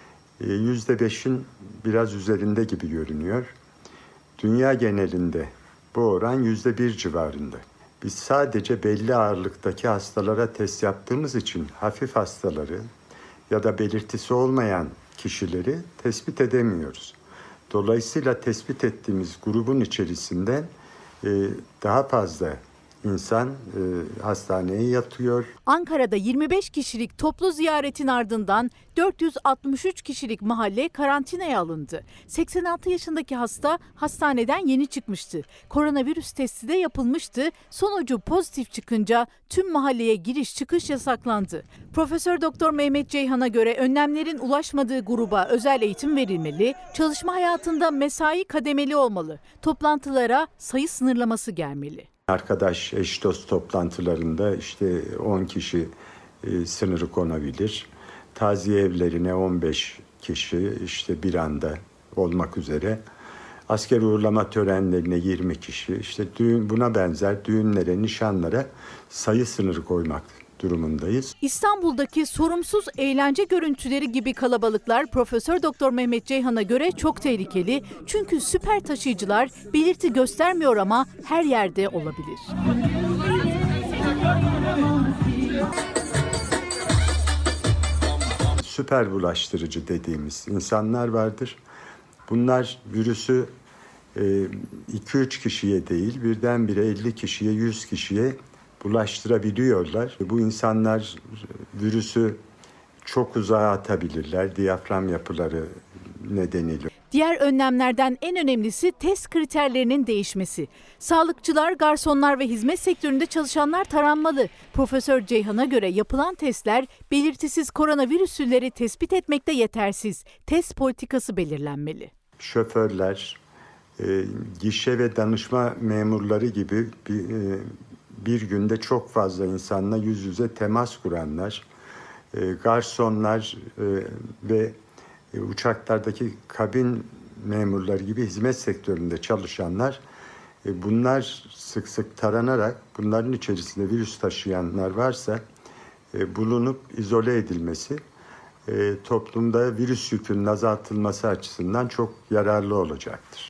%5'in biraz üzerinde gibi görünüyor. Dünya genelinde bu oran %1 civarında. Biz sadece belli ağırlıktaki hastalara test yaptığımız için hafif hastaları ya da belirtisi olmayan kişileri tespit edemiyoruz. Dolayısıyla tespit ettiğimiz grubun içerisinde daha fazla insan hastaneye yatıyor. Ankara'da 25 kişilik toplu ziyaretin ardından 463 kişilik mahalle karantinaya alındı. 86 yaşındaki hasta hastaneden yeni çıkmıştı. Koronavirüs testi de yapılmıştı. Sonucu pozitif çıkınca tüm mahalleye giriş çıkış yasaklandı. Profesör Doktor Mehmet Ceyhan'a göre önlemlerin ulaşmadığı gruba özel eğitim verilmeli, çalışma hayatında mesai kademeli olmalı, toplantılara sayı sınırlaması gelmeli. Arkadaş eş dost toplantılarında işte 10 kişi sınırı konabilir. Taziye evlerine 15 kişi işte bir anda olmak üzere. Asker uğurlama törenlerine 20 kişi. İşte buna benzer düğünlere, nişanlara sayı sınırı koymak durumundayız. İstanbul'daki sorumsuz eğlence görüntüleri gibi kalabalıklar Profesör Doktor Mehmet Ceyhan'a göre çok tehlikeli. Çünkü süper taşıyıcılar belirti göstermiyor ama her yerde olabilir. Süper bulaştırıcı dediğimiz insanlar vardır. Bunlar virüsü 2-3 kişiye değil birdenbire 50 kişiye, 100 kişiye bulaştırabiliyorlar. Bu insanlar virüsü çok uzağa atabilirler diyafram yapıları nedeniyle. Diğer önlemlerden en önemlisi test kriterlerinin değişmesi. Sağlıkçılar, garsonlar ve hizmet sektöründe çalışanlar taranmalı. Profesör Ceyhan'a göre yapılan testler belirtisiz koronavirüsleri tespit etmekte yetersiz. Test politikası belirlenmeli. Şoförler, gişe ve danışma memurları gibi bir günde çok fazla insanla yüz yüze temas kuranlar, garsonlar ve uçaklardaki kabin memurları gibi hizmet sektöründe çalışanlar, bunlar sık sık taranarak bunların içerisinde virüs taşıyanlar varsa bulunup izole edilmesi toplumda virüs yükünün azaltılması açısından çok yararlı olacaktır.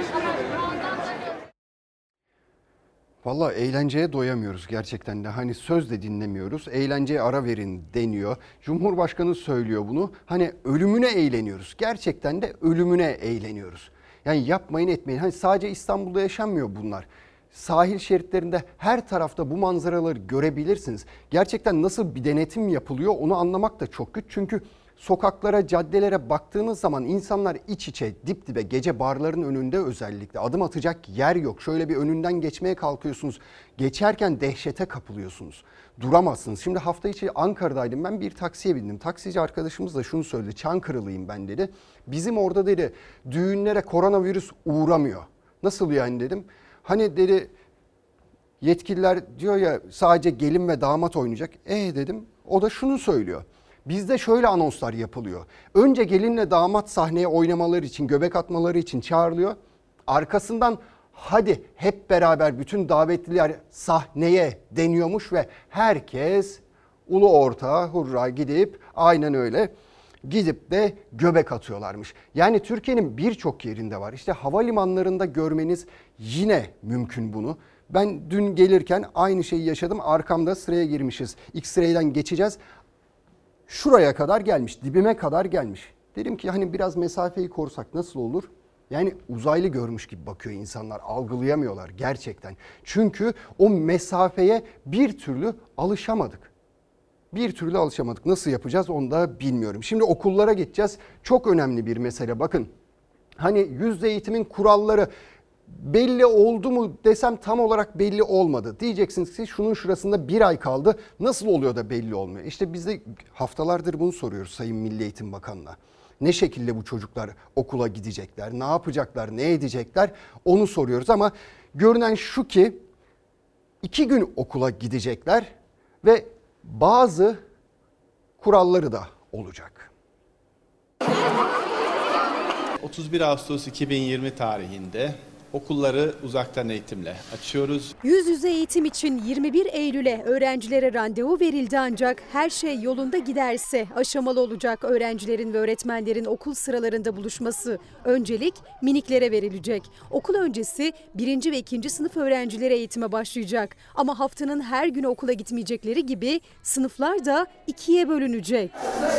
Vallahi eğlenceye doyamıyoruz gerçekten de. Hani söz de dinlemiyoruz. Eğlenceye ara verin deniyor. Cumhurbaşkanı söylüyor bunu. Hani ölümüne eğleniyoruz. Gerçekten de ölümüne eğleniyoruz. Yani yapmayın etmeyin. Hani sadece İstanbul'da yaşanmıyor bunlar. Sahil şeritlerinde her tarafta bu manzaraları görebilirsiniz. Gerçekten nasıl bir denetim yapılıyor onu anlamak da çok güç. Çünkü sokaklara, caddelere baktığınız zaman insanlar iç içe, dip dibe, gece barların önünde özellikle adım atacak yer yok. Şöyle bir önünden geçmeye kalkıyorsunuz. Geçerken dehşete kapılıyorsunuz. Duramazsınız. Şimdi hafta içi Ankara'daydım, ben bir taksiye bindim. Taksici arkadaşımız da şunu söyledi. Çankırılıyım ben dedi. Bizim orada dedi düğünlere koronavirüs uğramıyor. Nasıl yani dedim. Hani dedi yetkililer diyor ya sadece gelin ve damat oynayacak. Dedim. O da şunu söylüyor. Bizde şöyle anonslar yapılıyor. Önce gelinle damat sahneye oynamaları için, göbek atmaları için çağrılıyor. Arkasından hadi hep beraber bütün davetliler sahneye deniyormuş ve herkes ulu orta hurra gidip aynen öyle gidip de göbek atıyorlarmış. Yani Türkiye'nin birçok yerinde var. İşte havalimanlarında görmeniz yine mümkün bunu. Ben dün gelirken aynı şeyi yaşadım. Arkamda sıraya girmişiz. X-ray'den geçeceğiz. Şuraya kadar gelmiş, dibime kadar gelmiş. Dedim ki hani biraz mesafeyi korusak nasıl olur? Yani uzaylı görmüş gibi bakıyor insanlar, algılayamıyorlar gerçekten. Çünkü o mesafeye bir türlü alışamadık. Nasıl yapacağız onu da bilmiyorum. Şimdi okullara geçeceğiz. Çok önemli bir mesele bakın. Hani yüzde eğitimin kuralları belli oldu mu desem tam olarak belli olmadı. Diyeceksiniz ki şunun şurasında bir ay kaldı. Nasıl oluyor da belli olmuyor? İşte biz de haftalardır bunu soruyoruz Sayın Milli Eğitim Bakanı'na. Ne şekilde bu çocuklar okula gidecekler? Ne yapacaklar? Ne edecekler? Onu soruyoruz ama görünen şu ki 2 gün okula gidecekler ve bazı kuralları da olacak. 31 Ağustos 2020 tarihinde okulları uzaktan eğitimle açıyoruz. Yüz yüze eğitim için 21 Eylül'e öğrencilere randevu verildi ancak her şey yolunda giderse aşamalı olacak öğrencilerin ve öğretmenlerin okul sıralarında buluşması. Öncelik miniklere verilecek. Okul öncesi 1. ve 2. sınıf öğrencileri eğitime başlayacak. Ama haftanın her günü okula gitmeyecekleri gibi sınıflar da 2'ye bölünecek.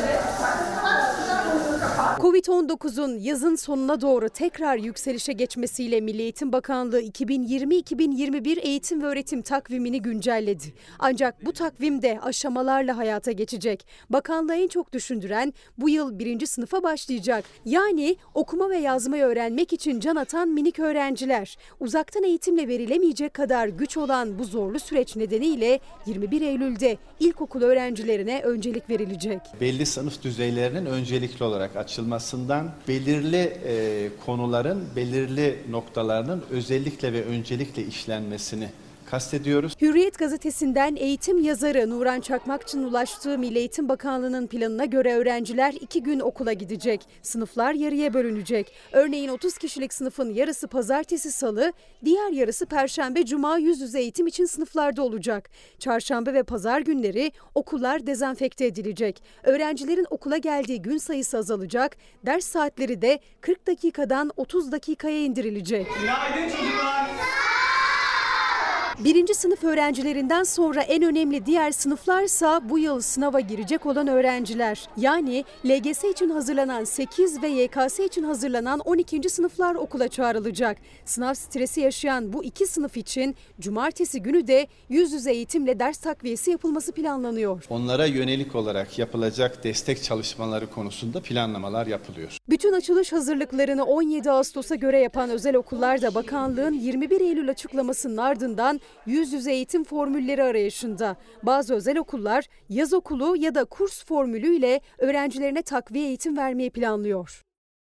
Covid-19'un yazın sonuna doğru tekrar yükselişe geçmesiyle Milli Eğitim Bakanlığı 2020-2021 eğitim ve öğretim takvimini güncelledi. Ancak bu takvim de aşamalarla hayata geçecek. Bakanlığı en çok düşündüren bu yıl 1. sınıfa başlayacak. Yani okuma ve yazmayı öğrenmek için can atan minik öğrenciler. Uzaktan eğitimle verilemeyecek kadar güç olan bu zorlu süreç nedeniyle 21 Eylül'de ilkokul öğrencilerine öncelik verilecek. Belli sınıf düzeylerinin öncelikli olarak açılmasından belirli konuların, belirli noktalarının özellikle ve öncelikle işlenmesini kastediyoruz. Hürriyet gazetesinden eğitim yazarı Nuran Çakmakçı'nın ulaştığı Milli Eğitim Bakanlığı'nın planına göre öğrenciler 2 gün okula gidecek. Sınıflar yarıya bölünecek. Örneğin 30 kişilik sınıfın yarısı pazartesi, salı, diğer yarısı perşembe, cuma yüz yüze eğitim için sınıflarda olacak. Çarşamba ve pazar günleri okullar dezenfekte edilecek. Öğrencilerin okula geldiği gün sayısı azalacak. Ders saatleri de 40 dakikadan 30 dakikaya indirilecek. Günaydın çocuklar. Birinci sınıf öğrencilerinden sonra en önemli diğer sınıflarsa bu yıl sınava girecek olan öğrenciler. Yani LGS için hazırlanan 8 ve YKS için hazırlanan 12. sınıflar okula çağrılacak. Sınav stresi yaşayan bu iki sınıf için cumartesi günü de yüz yüze eğitimle ders takviyesi yapılması planlanıyor. Onlara yönelik olarak yapılacak destek çalışmaları konusunda planlamalar yapılıyor. Bütün açılış hazırlıklarını 17 Ağustos'a göre yapan özel okullar da bakanlığın 21 Eylül açıklamasının ardından yüz yüze eğitim formülleri arayışında. Bazı özel okullar yaz okulu ya da kurs formülüyle öğrencilerine takviye eğitim vermeyi planlıyor.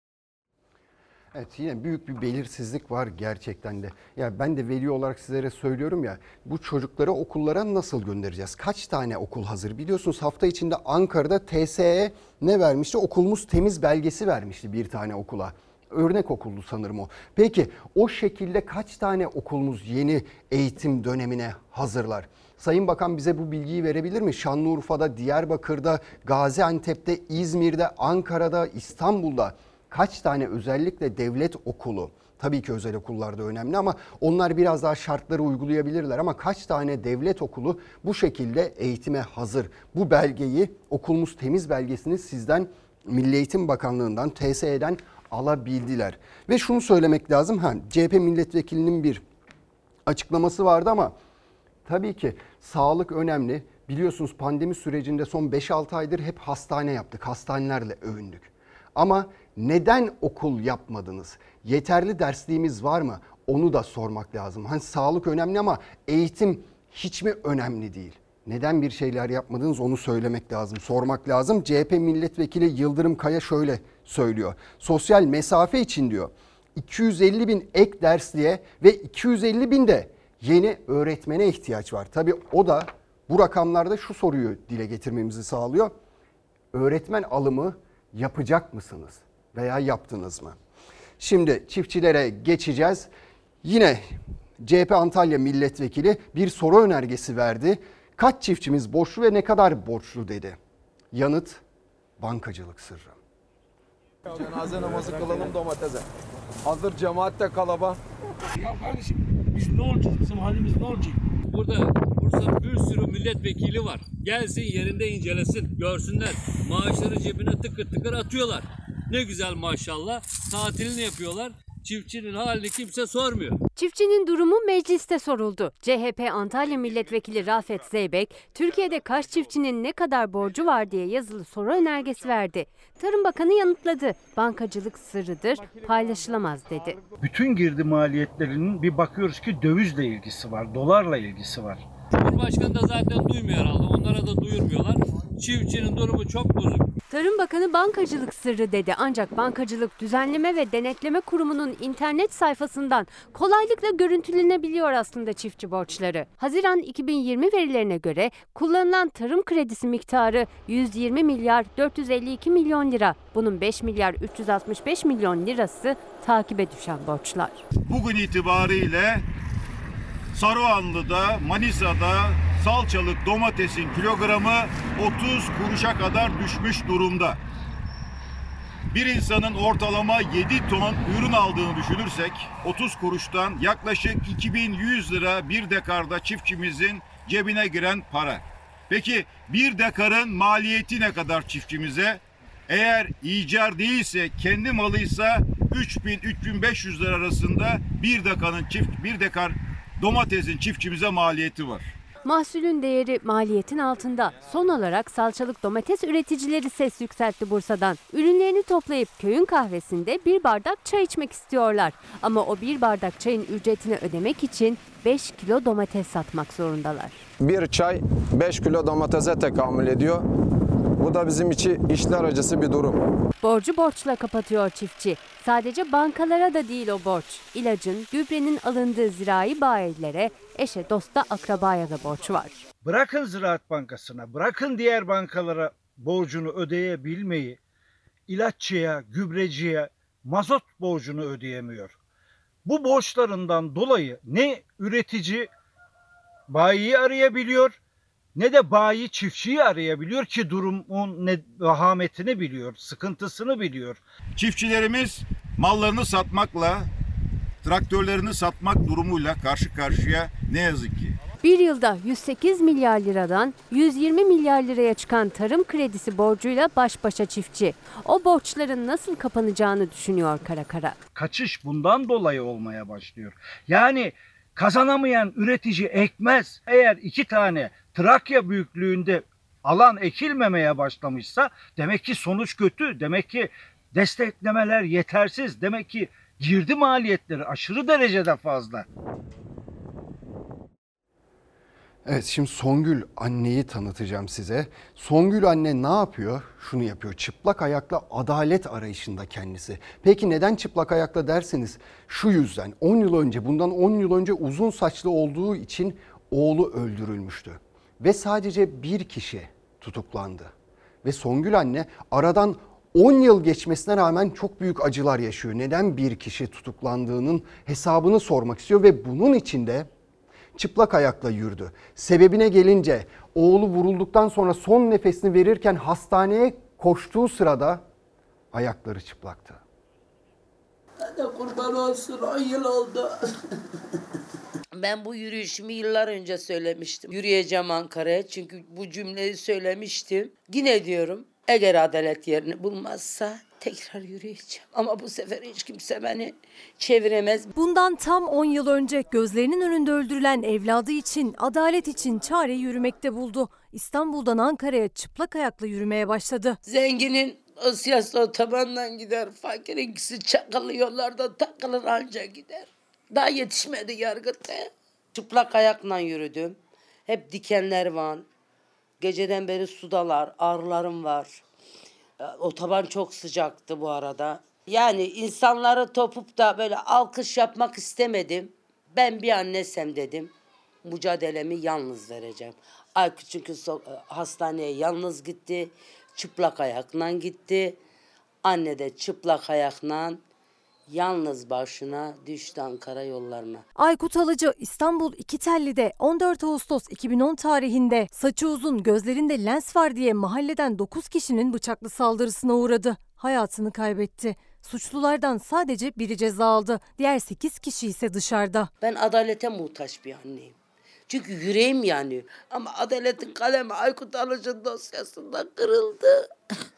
Evet, yine büyük bir belirsizlik var gerçekten de. Ya ben de veli olarak sizlere söylüyorum ya, bu çocukları okullara nasıl göndereceğiz? Kaç tane okul hazır? Biliyorsunuz hafta içinde Ankara'da TSE ne vermişti? Okulumuz temiz belgesi vermişti bir tane okula. Örnek okuldu sanırım o. Peki o şekilde kaç tane okulumuz yeni eğitim dönemine hazırlar? Sayın Bakan bize bu bilgiyi verebilir mi? Şanlıurfa'da, Diyarbakır'da, Gaziantep'te, İzmir'de, Ankara'da, İstanbul'da kaç tane özellikle devlet okulu, tabii ki özel okullar da önemli ama onlar biraz daha şartları uygulayabilirler, ama kaç tane devlet okulu bu şekilde eğitime hazır? Bu belgeyi, okulumuz temiz belgesini sizden, Milli Eğitim Bakanlığı'ndan, TSE'den alabildiler. Ve şunu söylemek lazım, CHP milletvekilinin bir açıklaması vardı ama tabii ki sağlık önemli. Biliyorsunuz pandemi sürecinde son 5-6 aydır hep hastane yaptık, hastanelerle övündük. Ama neden okul yapmadınız? Yeterli dersliğimiz var mı? Onu da sormak lazım. Hani sağlık önemli ama eğitim hiç mi önemli değil? Neden bir şeyler yapmadınız onu söylemek lazım, sormak lazım. CHP milletvekili Yıldırım Kaya şöyle söylüyor. Sosyal mesafe için diyor 250 bin ek dersliğe ve 250 bin de yeni öğretmene ihtiyaç var. Tabii o da bu rakamlarda şu soruyu dile getirmemizi sağlıyor. Öğretmen alımı yapacak mısınız veya yaptınız mı? Şimdi çiftçilere geçeceğiz. Yine CHP Antalya milletvekili bir soru önergesi verdi. Kaç çiftçimiz borçlu ve ne kadar borçlu dedi. Yanıt bankacılık sırrı. Cenaze namazı kılalım domatese. Hazır cemaat de kalabalık. Ya kardeşim biz ne olacağız? Bizim halimiz ne olacak? Burada Bursa bir sürü milletvekili var. Gelsin yerinde incelesin, görsünler. Maaşları cebine tıkır tıkır atıyorlar. Ne güzel maşallah. Tatilini yapıyorlar. Çiftçinin halini kimse sormuyor. Çiftçinin durumu mecliste soruldu. CHP Antalya Milletvekili Rafet Zeybek, Türkiye'de kaç çiftçinin ne kadar borcu var diye yazılı soru önergesi verdi. Tarım Bakanı yanıtladı. Bankacılık sırrıdır, paylaşılamaz dedi. Bütün girdi maliyetlerinin bir bakıyoruz ki dövizle ilgisi var, dolarla ilgisi var. Cumhurbaşkanı da zaten duymuyor herhalde. Onlara da duyurmuyorlar. Çiftçinin durumu çok bozuk. Tarım Bakanı bankacılık sırrı dedi, ancak Bankacılık Düzenleme ve Denetleme Kurumu'nun internet sayfasından kolaylıkla görüntülenebiliyor aslında çiftçi borçları. Haziran 2020 verilerine göre kullanılan tarım kredisi miktarı 120 milyar 452 milyon lira. Bunun 5 milyar 365 milyon lirası takibe düşen borçlar. Bugün itibariyle Saruhanlı'da, Manisa'da salçalık domatesin kilogramı 30 kuruşa kadar düşmüş durumda. Bir insanın ortalama 7 ton ürün aldığını düşünürsek 30 kuruştan yaklaşık 2100 lira bir dekarda çiftçimizin cebine giren para. Peki bir dekarın maliyeti ne kadar çiftçimize? Eğer icar değilse, kendi malıysa 3000-3500 lira arasında bir dekar domatesin çiftçimize maliyeti var. Mahsulün değeri maliyetin altında. Son olarak salçalık domates üreticileri ses yükseltti Bursa'dan. Ürünlerini toplayıp köyün kahvesinde bir bardak çay içmek istiyorlar. Ama o bir bardak çayın ücretini ödemek için 5 kilo domates satmak zorundalar. Bir çay 5 kilo domatese tekamül ediyor. Bu da bizim için işler acısı bir durum. Borcu borçla kapatıyor çiftçi. Sadece bankalara da değil o borç. İlacın, gübrenin alındığı zirai bayilere, eşe, dosta, akrabaya da borç var. Bırakın Ziraat Bankası'na, bırakın diğer bankalara borcunu ödeyebilmeyi, ilaççıya, gübreciye mazot borcunu ödeyemiyor. Bu borçlarından dolayı ne üretici bayiyi arayabiliyor, ne de bayi çiftçiyi arayabiliyor ki durumun ne vahametini biliyor, sıkıntısını biliyor. Çiftçilerimiz mallarını satmakla, traktörlerini satmak durumuyla karşı karşıya ne yazık ki. Bir yılda 108 milyar liradan 120 milyar liraya çıkan tarım kredisi borcuyla baş başa çiftçi. O borçların nasıl kapanacağını düşünüyor kara kara. Kaçış bundan dolayı olmaya başlıyor. Yani kazanamayan üretici ekmez. Eğer 2 tane Trakya büyüklüğünde alan ekilmemeye başlamışsa demek ki sonuç kötü. Demek ki desteklemeler yetersiz. Demek ki girdi maliyetleri aşırı derecede fazla. Evet, şimdi Songül anneyi tanıtacağım size. Songül anne ne yapıyor? Şunu yapıyor. Çıplak ayakla adalet arayışında kendisi. Peki neden çıplak ayakla derseniz şu yüzden. 10 yıl önce, bundan 10 yıl önce uzun saçlı olduğu için oğlu öldürülmüştü. Ve sadece bir kişi tutuklandı. Ve Songül anne aradan 10 yıl geçmesine rağmen çok büyük acılar yaşıyor. Neden bir kişi tutuklandığının hesabını sormak istiyor ve bunun için de çıplak ayakla yürüdü. Sebebine gelince oğlu vurulduktan sonra son nefesini verirken hastaneye koştuğu sırada ayakları çıplaktı. Hadi kurban olsun, 10 yıl oldu. Ben bu yürüyüşümü yıllar önce söylemiştim. Yürüyeceğim Ankara'ya, çünkü bu cümleyi söylemiştim. Yine diyorum, eğer adalet yerini bulmazsa tekrar yürüyeceğim. Ama bu sefer hiç kimse beni çeviremez. Bundan tam 10 yıl önce gözlerinin önünde öldürülen evladı için, adalet için çare yürümekte buldu. İstanbul'dan Ankara'ya çıplak ayakla yürümeye başladı. Zenginin o siyasi otobandan gider, fakirinkisi çakılı yollarda takılır anca gider. Daha yetişmedi Yargıt'a. Çıplak ayakla yürüdüm. Hep dikenler var. Geceden beri sudalar, ağrılarım var. Otoban çok sıcaktı bu arada. Yani insanları topup da böyle alkış yapmak istemedim. Ben bir annesem dedim. Mücadelemi yalnız vereceğim. Aykut çünkü hastaneye yalnız gitti. Çıplak ayakla gitti. Anne de çıplak ayakla yalnız başına düştü Ankara yollarına. Aykut Alıcı İstanbul İkitelli'de 14 Ağustos 2010 tarihinde saçı uzun, gözlerinde lens var diye mahalleden 9 kişinin bıçaklı saldırısına uğradı. Hayatını kaybetti. Suçlulardan sadece biri ceza aldı. Diğer 8 kişi ise dışarıda. Ben adalete muhtaç bir anneyim. Çünkü yüreğim yanıyor. Ama adaletin kalemi Aykut Alıcı'nın dosyasında kırıldı.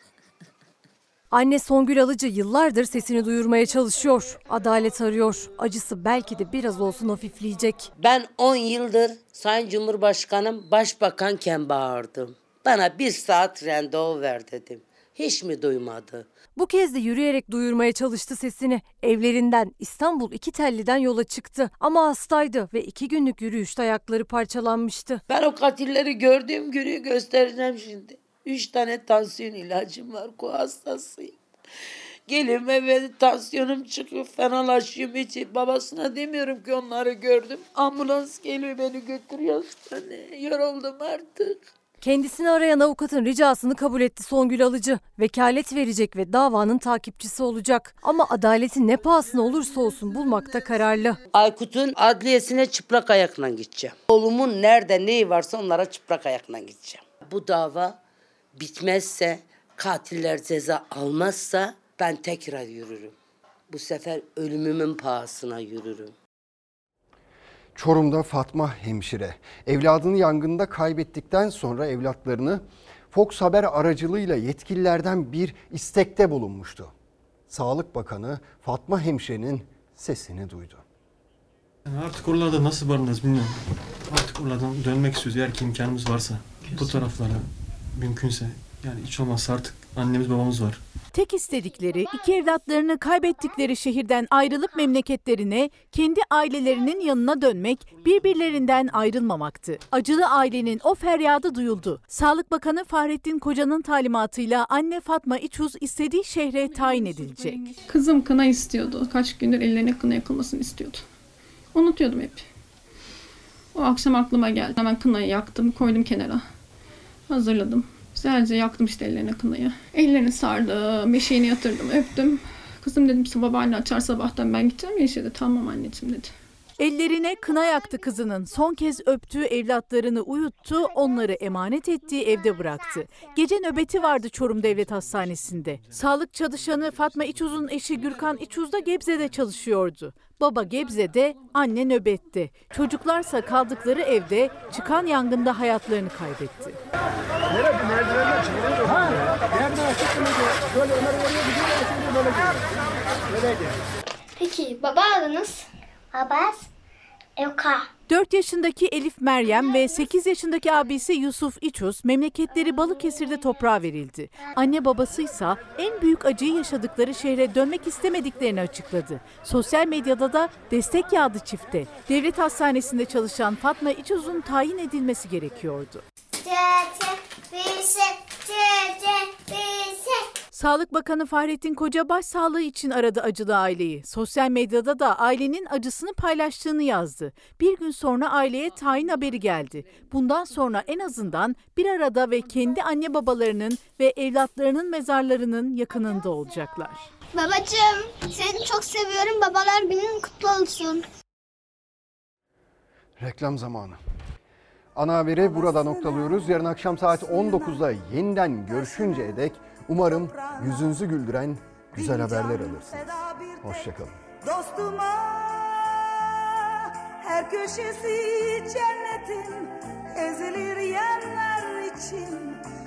Anne Songül Alıcı yıllardır sesini duyurmaya çalışıyor. Adalet arıyor. Acısı belki de biraz olsun hafifleyecek. Ben 10 yıldır Sayın Cumhurbaşkanım başbakanken bağırdım. Bana 1 saat randevu ver dedim. Hiç mi duymadı? Bu kez de yürüyerek duyurmaya çalıştı sesini. Evlerinden İstanbul İkitelli'den yola çıktı. Ama hastaydı ve 2 günlük yürüyüşte ayakları parçalanmıştı. Ben o katilleri gördüğüm günü göstereceğim şimdi. 3 tane tansiyon ilacım var. Ko hastasıyım. Gelin eve tansiyonum çıkıyor. Fenalaşıyorum hiç. Babasına demiyorum ki onları gördüm. Ambulans geliyor beni götürüyor. Yoruldum artık. Kendisini arayan avukatın ricasını kabul etti Songül Alıcı. Vekalet verecek ve davanın takipçisi olacak. Ama adaletin ne pahasına olursa olsun bulmakta kararlı. Aykut'un adliyesine çıplak ayakla gideceğim. Oğlumun nerede neyi varsa onlara çıplak ayakla gideceğim. Bu dava bitmezse, katiller ceza almazsa ben tekrar yürürüm. Bu sefer ölümümün pahasına yürürüm. Çorum'da Fatma hemşire evladını yangında kaybettikten sonra evlatlarını Fox Haber aracılığıyla yetkililerden bir istekte bulunmuştu. Sağlık Bakanı Fatma hemşirenin sesini duydu. Yani artık oralarda nasıl barınacağız bilmiyorum. Artık oralardan dönmek istiyoruz eğer ki imkanımız varsa. Bu taraflara mümkünse. Yani hiç olmazsa artık annemiz babamız var. Tek istedikleri 2 evlatlarını kaybettikleri şehirden ayrılıp memleketlerine, kendi ailelerinin yanına dönmek, birbirlerinden ayrılmamaktı. Acılı ailenin o feryadı duyuldu. Sağlık Bakanı Fahrettin Koca'nın talimatıyla anne Fatma İçuz istediği şehre tayin edilecek. Kızım kına istiyordu. Kaç gündür ellerine kına yakılmasını istiyordu. Unutuyordum hep. O akşam aklıma geldi. Hemen kınayı yaktım, koydum kenara. Hazırladım. Güzelce yaktım işte ellerine kınayı. Ellerini sardım, beşiğini yatırdım, öptüm. Kızım dedim babaanne açar sabahtan ben gideceğim ya işe de. Tamam anneciğim dedi. Ellerine kına yaktı kızının. Son kez öptüğü evlatlarını uyuttu, onları emanet ettiği evde bıraktı. Gece nöbeti vardı Çorum Devlet Hastanesi'nde. Sağlık çalışanı Fatma İçuz'un eşi Gürkan İçuz da Gebze'de çalışıyordu. Baba Gebze'de, anne nöbette. Çocuklarsa kaldıkları evde çıkan yangında hayatlarını kaybetti. Peki baba adınız? Abbas Evka. 4 yaşındaki Elif Meryem ve 8 yaşındaki abisi Yusuf İçuz memleketleri Balıkesir'de toprağa verildi. Anne babasıysa en büyük acıyı yaşadıkları şehre dönmek istemediklerini açıkladı. Sosyal medyada da destek yağdı çifte. Devlet hastanesinde çalışan Fatma İçuz'un tayin edilmesi gerekiyordu. Sağlık Bakanı Fahrettin Koca başsağlığı için aradı acılı aileyi. Sosyal medyada da ailenin acısını paylaştığını yazdı. Bir gün sonra aileye tayin haberi geldi. Bundan sonra en azından bir arada ve kendi anne babalarının ve evlatlarının mezarlarının yakınında olacaklar. Babacığım seni çok seviyorum. Babalar günün kutlu olsun. Reklam zamanı. Ana haberi burada noktalıyoruz. Yarın akşam saat 19'da yeniden görüşünceye dek umarım yüzünüzü güldüren güzel haberler alırsınız. Hoşçakalın. Dostuma her köşesi cennetin ezilir yanlar için.